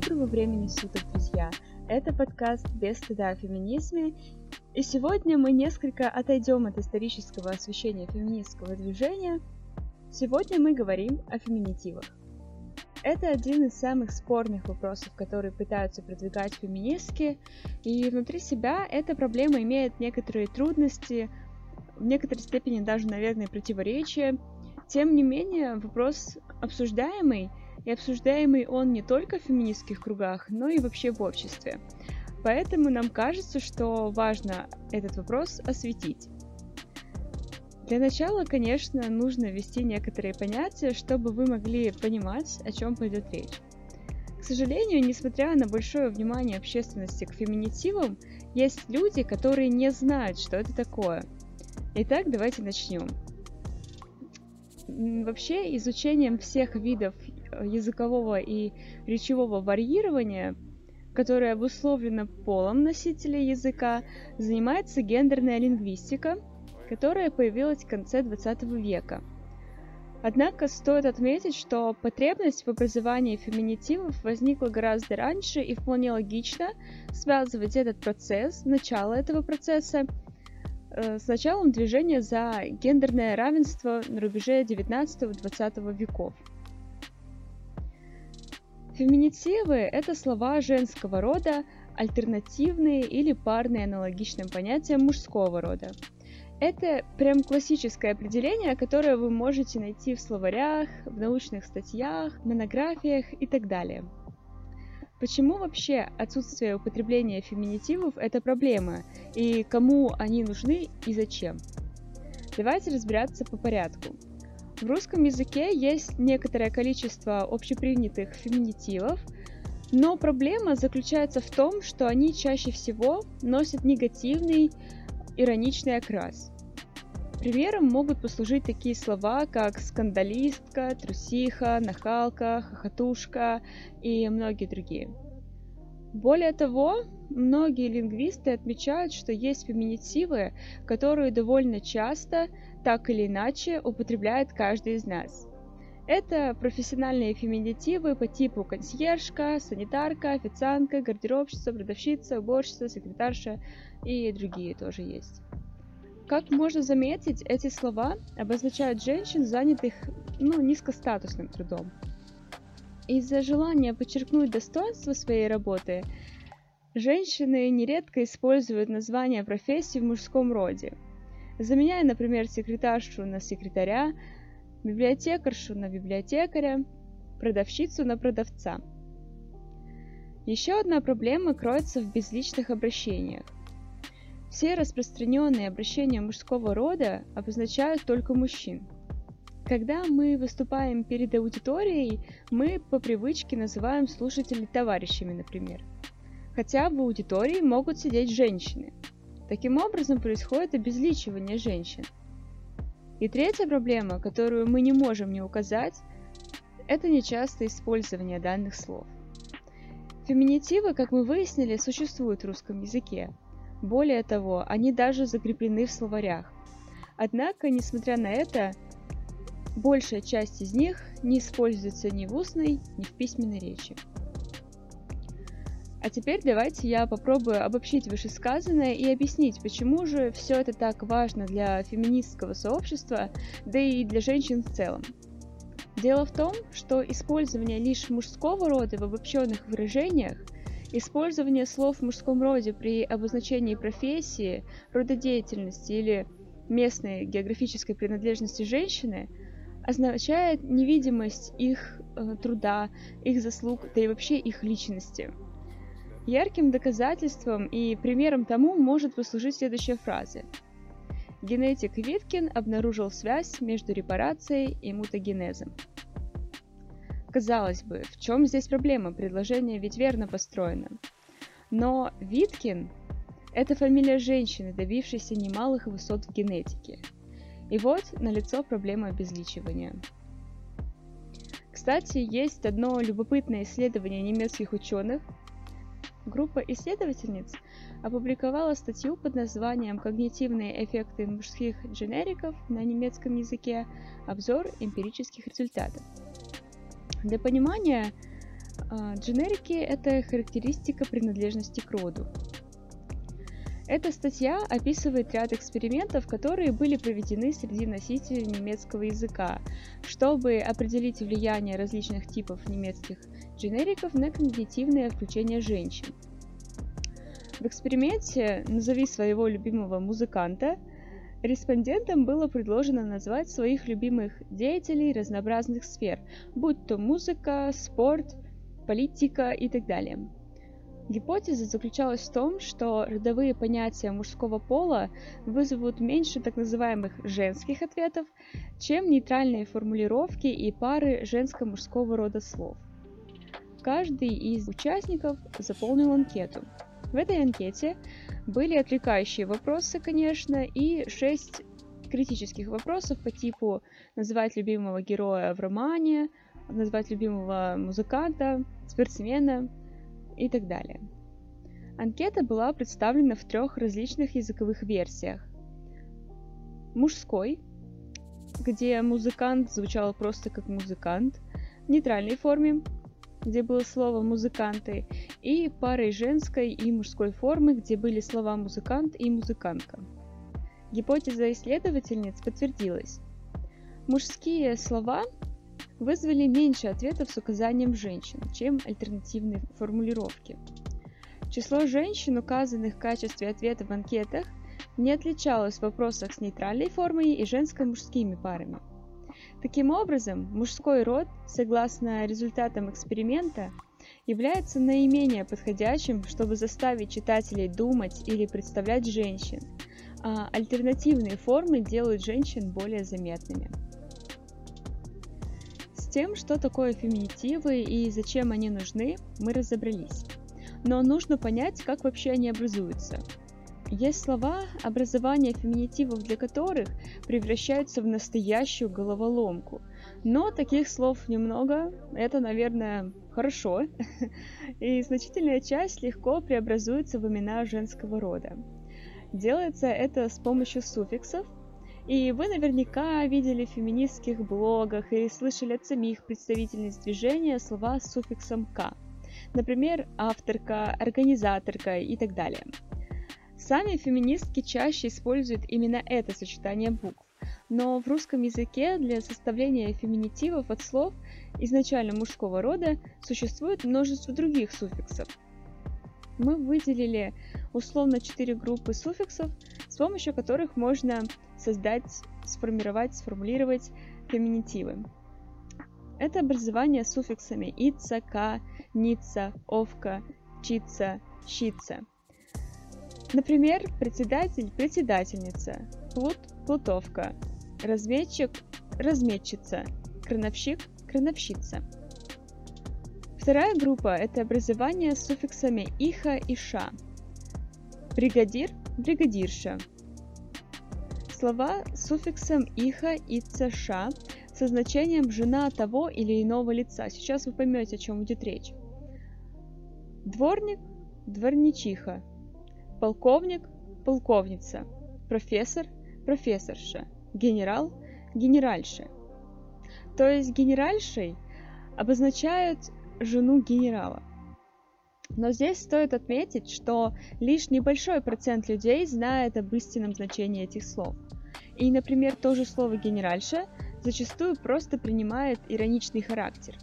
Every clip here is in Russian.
Доброго времени суток, друзья! Это подкаст «Без стыда о феминизме», и сегодня мы несколько отойдем от исторического освещения феминистского движения. Сегодня мы говорим о феминитивах. Это один из самых спорных вопросов, которые пытаются продвигать феминистки, и внутри себя эта проблема имеет некоторые трудности, в некоторой степени даже, наверное, противоречия. Тем не менее, вопрос обсуждаемый, и обсуждаемый он не только в феминистских кругах, но и вообще в обществе. Поэтому нам кажется, что важно этот вопрос осветить. Для начала, конечно, нужно ввести некоторые понятия, чтобы вы могли понимать, о чем пойдет речь. К сожалению, несмотря на большое внимание общественности к феминитивам, есть люди, которые не знают, что это такое. Итак, давайте начнем. Вообще, изучением всех видов языкового и речевого варьирования, которое обусловлено полом носителя языка, занимается гендерная лингвистика, которая появилась в конце XX века. Однако стоит отметить, что потребность в образовании феминитивов возникла гораздо раньше, и вполне логично связывать этот процесс, начало этого процесса, с началом движения за гендерное равенство на рубеже XIX-XX веков. Феминитивы – это слова женского рода, альтернативные или парные аналогичным понятиям мужского рода. Это прям классическое определение, которое вы можете найти в словарях, в научных статьях, монографиях и так далее. Почему вообще отсутствие употребления феминитивов – это проблема, и кому они нужны и зачем? Давайте разбираться по порядку. В русском языке есть некоторое количество общепринятых феминитивов, но проблема заключается в том, что они чаще всего носят негативный, ироничный окрас. Примером могут послужить такие слова, как скандалистка, трусиха, нахалка, хохотушка и многие другие. Более того, многие лингвисты отмечают, что есть феминитивы, которые довольно часто, так или иначе, употребляет каждый из нас. Это профессиональные феминитивы по типу консьержка, санитарка, официантка, гардеробщица, продавщица, уборщица, секретарша и другие тоже есть. Как можно заметить, эти слова обозначают женщин, занятых низкостатусным трудом. Из-за желания подчеркнуть достоинство своей работы, женщины нередко используют название профессий в мужском роде, заменяя, например, секретаршу на секретаря, библиотекаршу на библиотекаря, продавщицу на продавца. Еще одна проблема кроется в безличных обращениях. Все распространенные обращения мужского рода обозначают только мужчин. Когда мы выступаем перед аудиторией, мы по привычке называем слушателей товарищами, например. Хотя в аудитории могут сидеть женщины. Таким образом происходит обезличивание женщин. И третья проблема, которую мы не можем не указать, это нечастое использование данных слов. Феминитивы, как мы выяснили, существуют в русском языке. Более того, они даже закреплены в словарях. Однако, несмотря на это, большая часть из них не используется ни в устной, ни в письменной речи. А теперь давайте я попробую обобщить вышесказанное и объяснить, почему же все это так важно для феминистского сообщества, да и для женщин в целом. Дело в том, что использование лишь мужского рода в обобщенных выражениях, использование слов в мужском роде при обозначении профессии, рода деятельности или местной географической принадлежности женщины означает невидимость их труда, их заслуг, да и вообще их личности. Ярким доказательством и примером тому может послужить следующая фраза. Генетик Виткин обнаружил связь между репарацией и мутагенезом. Казалось бы, в чем здесь проблема? Предложение ведь верно построено. Но Виткин – это фамилия женщины, добившейся немалых высот в генетике. И вот налицо проблема обезличивания. Кстати, есть одно любопытное исследование немецких ученых. Группа исследовательниц опубликовала статью под названием «Когнитивные эффекты мужских дженериков на немецком языке. Обзор эмпирических результатов». Для понимания, Дженерики — это характеристика принадлежности к роду. Эта статья описывает ряд экспериментов, которые были проведены среди носителей немецкого языка, чтобы определить влияние различных типов немецких дженериков на когнитивное включение женщин. В эксперименте «Назови своего любимого музыканта» респондентам было предложено назвать своих любимых деятелей разнообразных сфер, будь то музыка, спорт, политика и так далее. Гипотеза заключалась в том, что родовые понятия мужского пола вызовут меньше так называемых женских ответов, чем нейтральные формулировки и пары женско-мужского рода слов. Каждый из участников заполнил анкету. В этой анкете были отвлекающие вопросы, конечно, и 6 критических вопросов по типу назвать любимого героя в романе, назвать любимого музыканта, спортсмена и так далее. Анкета была представлена в 3 различных языковых версиях. Мужской, где музыкант звучал просто как музыкант, в нейтральной форме, где было слово «музыканты», и парой женской и мужской формы, где были слова «музыкант» и «музыкантка». Гипотеза исследовательниц подтвердилась. Мужские слова вызвали меньше ответов с указанием женщин, чем альтернативные формулировки. Число женщин, указанных в качестве ответа в анкетах, не отличалось в вопросах с нейтральной формой и женско-мужскими парами. Таким образом, мужской род, согласно результатам эксперимента, является наименее подходящим, чтобы заставить читателей думать или представлять женщин, а альтернативные формы делают женщин более заметными. С тем, что такое феминитивы и зачем они нужны, мы разобрались. Но нужно понять, как вообще они образуются. Есть слова, образование феминитивов для которых превращаются в настоящую головоломку. Но таких слов немного, это, наверное, хорошо. И значительная часть легко преобразуется в имена женского рода. Делается это с помощью суффиксов. И вы наверняка видели в феминистских блогах или слышали от самих представительниц движения слова с суффиксом «ка». Например, авторка, организаторка и так далее. Сами феминистки чаще используют именно это сочетание букв, но в русском языке для составления феминитивов от слов изначально мужского рода существует множество других суффиксов. Мы выделили условно 4 группы суффиксов, с помощью которых можно создать, сформулировать феминитивы. Это образование суффиксами «ица», «ка», «ница», «овка», «чица», «щица». Например, председатель – председательница, плут – плутовка, разметчик – разметчица, крановщик – крановщица. Вторая группа – это образование с суффиксами «иха» и «ша», бригадир – бригадирша. Слова с суффиксом «иха», «ица», «ша» со значением «жена того или иного лица». Сейчас вы поймете, о чем идет речь. Дворник – дворничиха. Полковник – полковница, профессор – профессорша, генерал – генеральша. То есть генеральшей обозначают жену генерала. Но здесь стоит отметить, что лишь небольшой процент людей знает об истинном значении этих слов. И, например, то же слово «генеральша» зачастую просто принимает ироничный характер.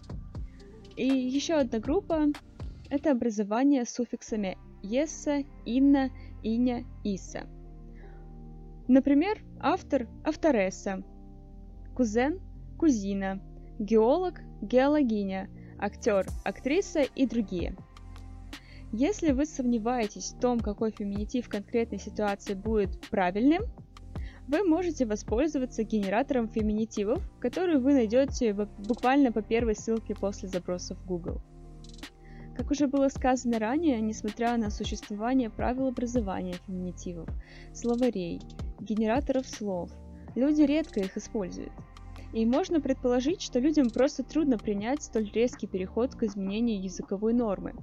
И еще одна группа – это образование с суффиксами «есса», «инна», «иня», «иса». Например, автор – авторесса, кузен – кузина, геолог – геологиня, актер – актриса и другие. Если вы сомневаетесь в том, какой феминитив в конкретной ситуации будет правильным, вы можете воспользоваться генератором феминитивов, который вы найдете буквально по первой ссылке после запроса в Google. Как уже было сказано ранее, несмотря на существование правил образования феминитивов, словарей, генераторов слов, люди редко их используют. И можно предположить, что людям просто трудно принять столь резкий переход к изменению языковой нормы.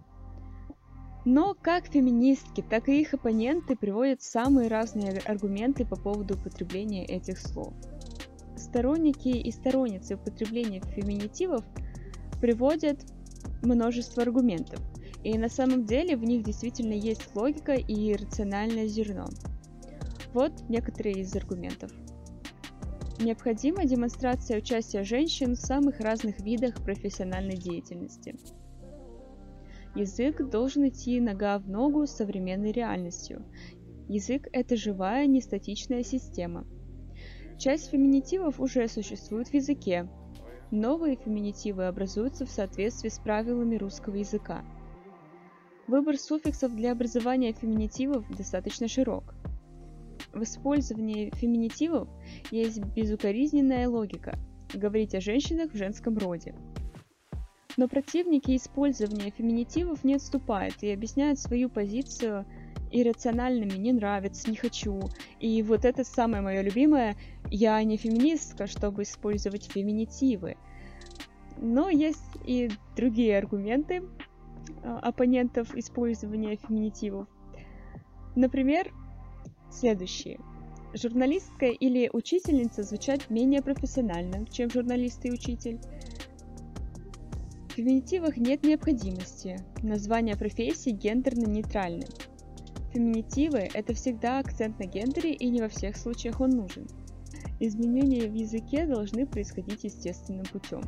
Но как феминистки, так и их оппоненты приводят самые разные аргументы по поводу употребления этих слов. Сторонники и сторонницы употребления феминитивов приводят множество аргументов, и на самом деле в них действительно есть логика и рациональное зерно. Вот некоторые из аргументов. Необходима демонстрация участия женщин в самых разных видах профессиональной деятельности. Язык должен идти нога в ногу с современной реальностью. Язык – это живая, нестатичная система. Часть феминитивов уже существует в языке. Новые феминитивы образуются в соответствии с правилами русского языка. Выбор суффиксов для образования феминитивов достаточно широк. В использовании феминитивов есть безукоризненная логика – говорить о женщинах в женском роде. Но противники использования феминитивов не отступают и объясняют свою позицию иррациональными «не нравится», «не хочу». И вот это самое мое любимое – я не феминистка, чтобы использовать феминитивы. Но есть и другие аргументы оппонентов использования феминитивов. Например, следующие. Журналистка или учительница звучат менее профессионально, чем журналист и учитель. В феминитивах нет необходимости. Названия профессий гендерно-нейтральны. Феминитивы – это всегда акцент на гендере, и не во всех случаях он нужен. Изменения в языке должны происходить естественным путем.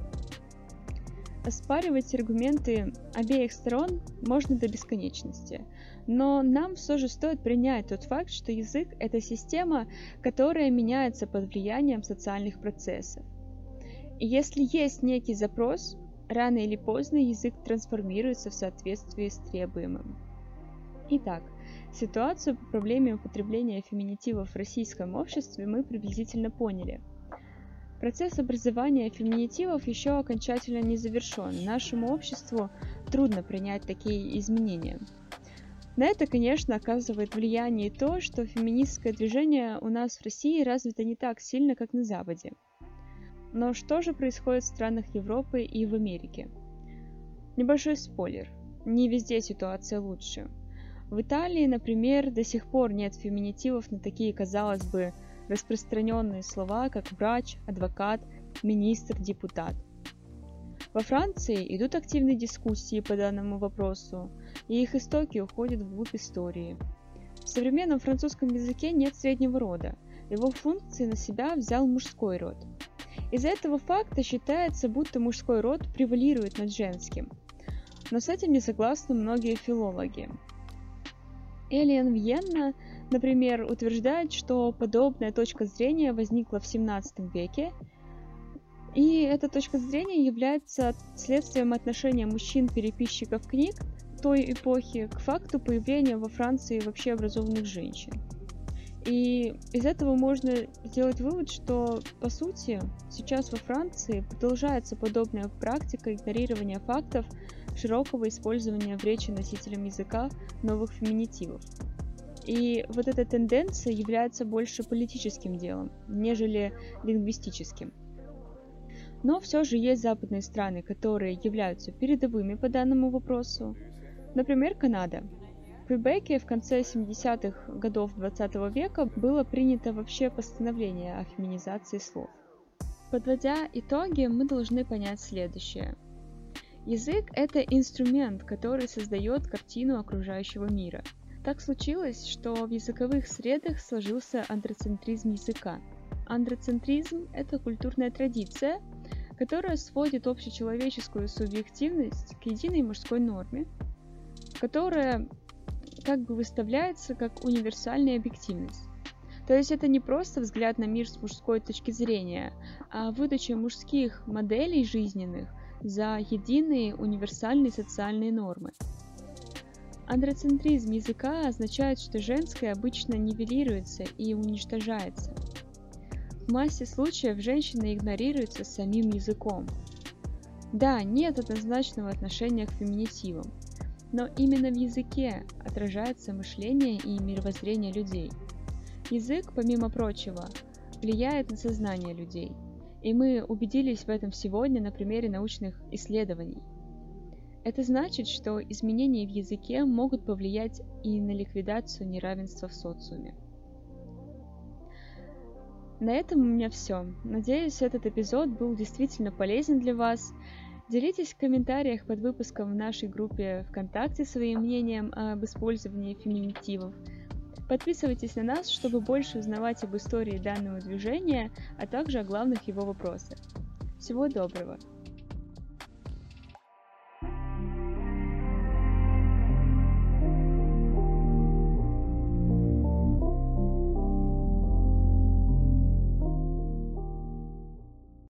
Оспаривать аргументы обеих сторон можно до бесконечности, но нам все же стоит принять тот факт, что язык – это система, которая меняется под влиянием социальных процессов. И если есть некий запрос, рано или поздно язык трансформируется в соответствии с требуемым. Итак, ситуацию по проблеме употребления феминитивов в российском обществе мы приблизительно поняли. Процесс образования феминитивов еще окончательно не завершен. Нашему обществу трудно принять такие изменения. На это, конечно, оказывает влияние и то, что феминистское движение у нас в России развито не так сильно, как на Западе. Но что же происходит в странах Европы и в Америке? Небольшой спойлер. Не везде ситуация лучше. В Италии, например, до сих пор нет феминитивов на такие, казалось бы, распространенные слова, как врач, адвокат, министр, депутат. Во Франции идут активные дискуссии по данному вопросу, и их истоки уходят вглубь истории. В современном французском языке нет среднего рода, его функции на себя взял мужской род. Из-за этого факта считается, будто мужской род превалирует над женским. Но с этим не согласны многие филологи. Элиан Вьенна, например, утверждает, что подобная точка зрения возникла в XVII веке, и эта точка зрения является следствием отношения мужчин-переписчиков книг той эпохи к факту появления во Франции вообще образованных женщин. И из этого можно сделать вывод, что, по сути, сейчас во Франции продолжается подобная практика игнорирования фактов широкого использования в речи носителем языка новых феминитивов. И вот эта тенденция является больше политическим делом, нежели лингвистическим. Но все же есть западные страны, которые являются передовыми по данному вопросу. Например, Канада. В Квебеке в конце 70-х годов 20 века было принято вообще постановление о феминизации слов. Подводя итоги, мы должны понять следующее. Язык – это инструмент, который создает картину окружающего мира. Так случилось, что в языковых средах сложился андроцентризм языка. Андроцентризм – это культурная традиция, которая сводит общечеловеческую субъективность к единой мужской норме, которая как бы выставляется как универсальная объективность. То есть это не просто взгляд на мир с мужской точки зрения, а выдача мужских моделей жизненных за единые универсальные социальные нормы. Андроцентризм языка означает, что женское обычно нивелируется и уничтожается. В массе случаев женщина игнорируется самим языком. Да, нет однозначного отношения к феминитивам, но именно в языке отражается мышление и мировоззрение людей. Язык, помимо прочего, влияет на сознание людей, и мы убедились в этом сегодня на примере научных исследований. Это значит, что изменения в языке могут повлиять и на ликвидацию неравенства в социуме. На этом у меня все. Надеюсь, этот эпизод был действительно полезен для вас. Делитесь в комментариях под выпуском в нашей группе ВКонтакте своим мнением об использовании феминитивов. Подписывайтесь на нас, чтобы больше узнавать об истории данного движения, а также о главных его вопросах. Всего доброго!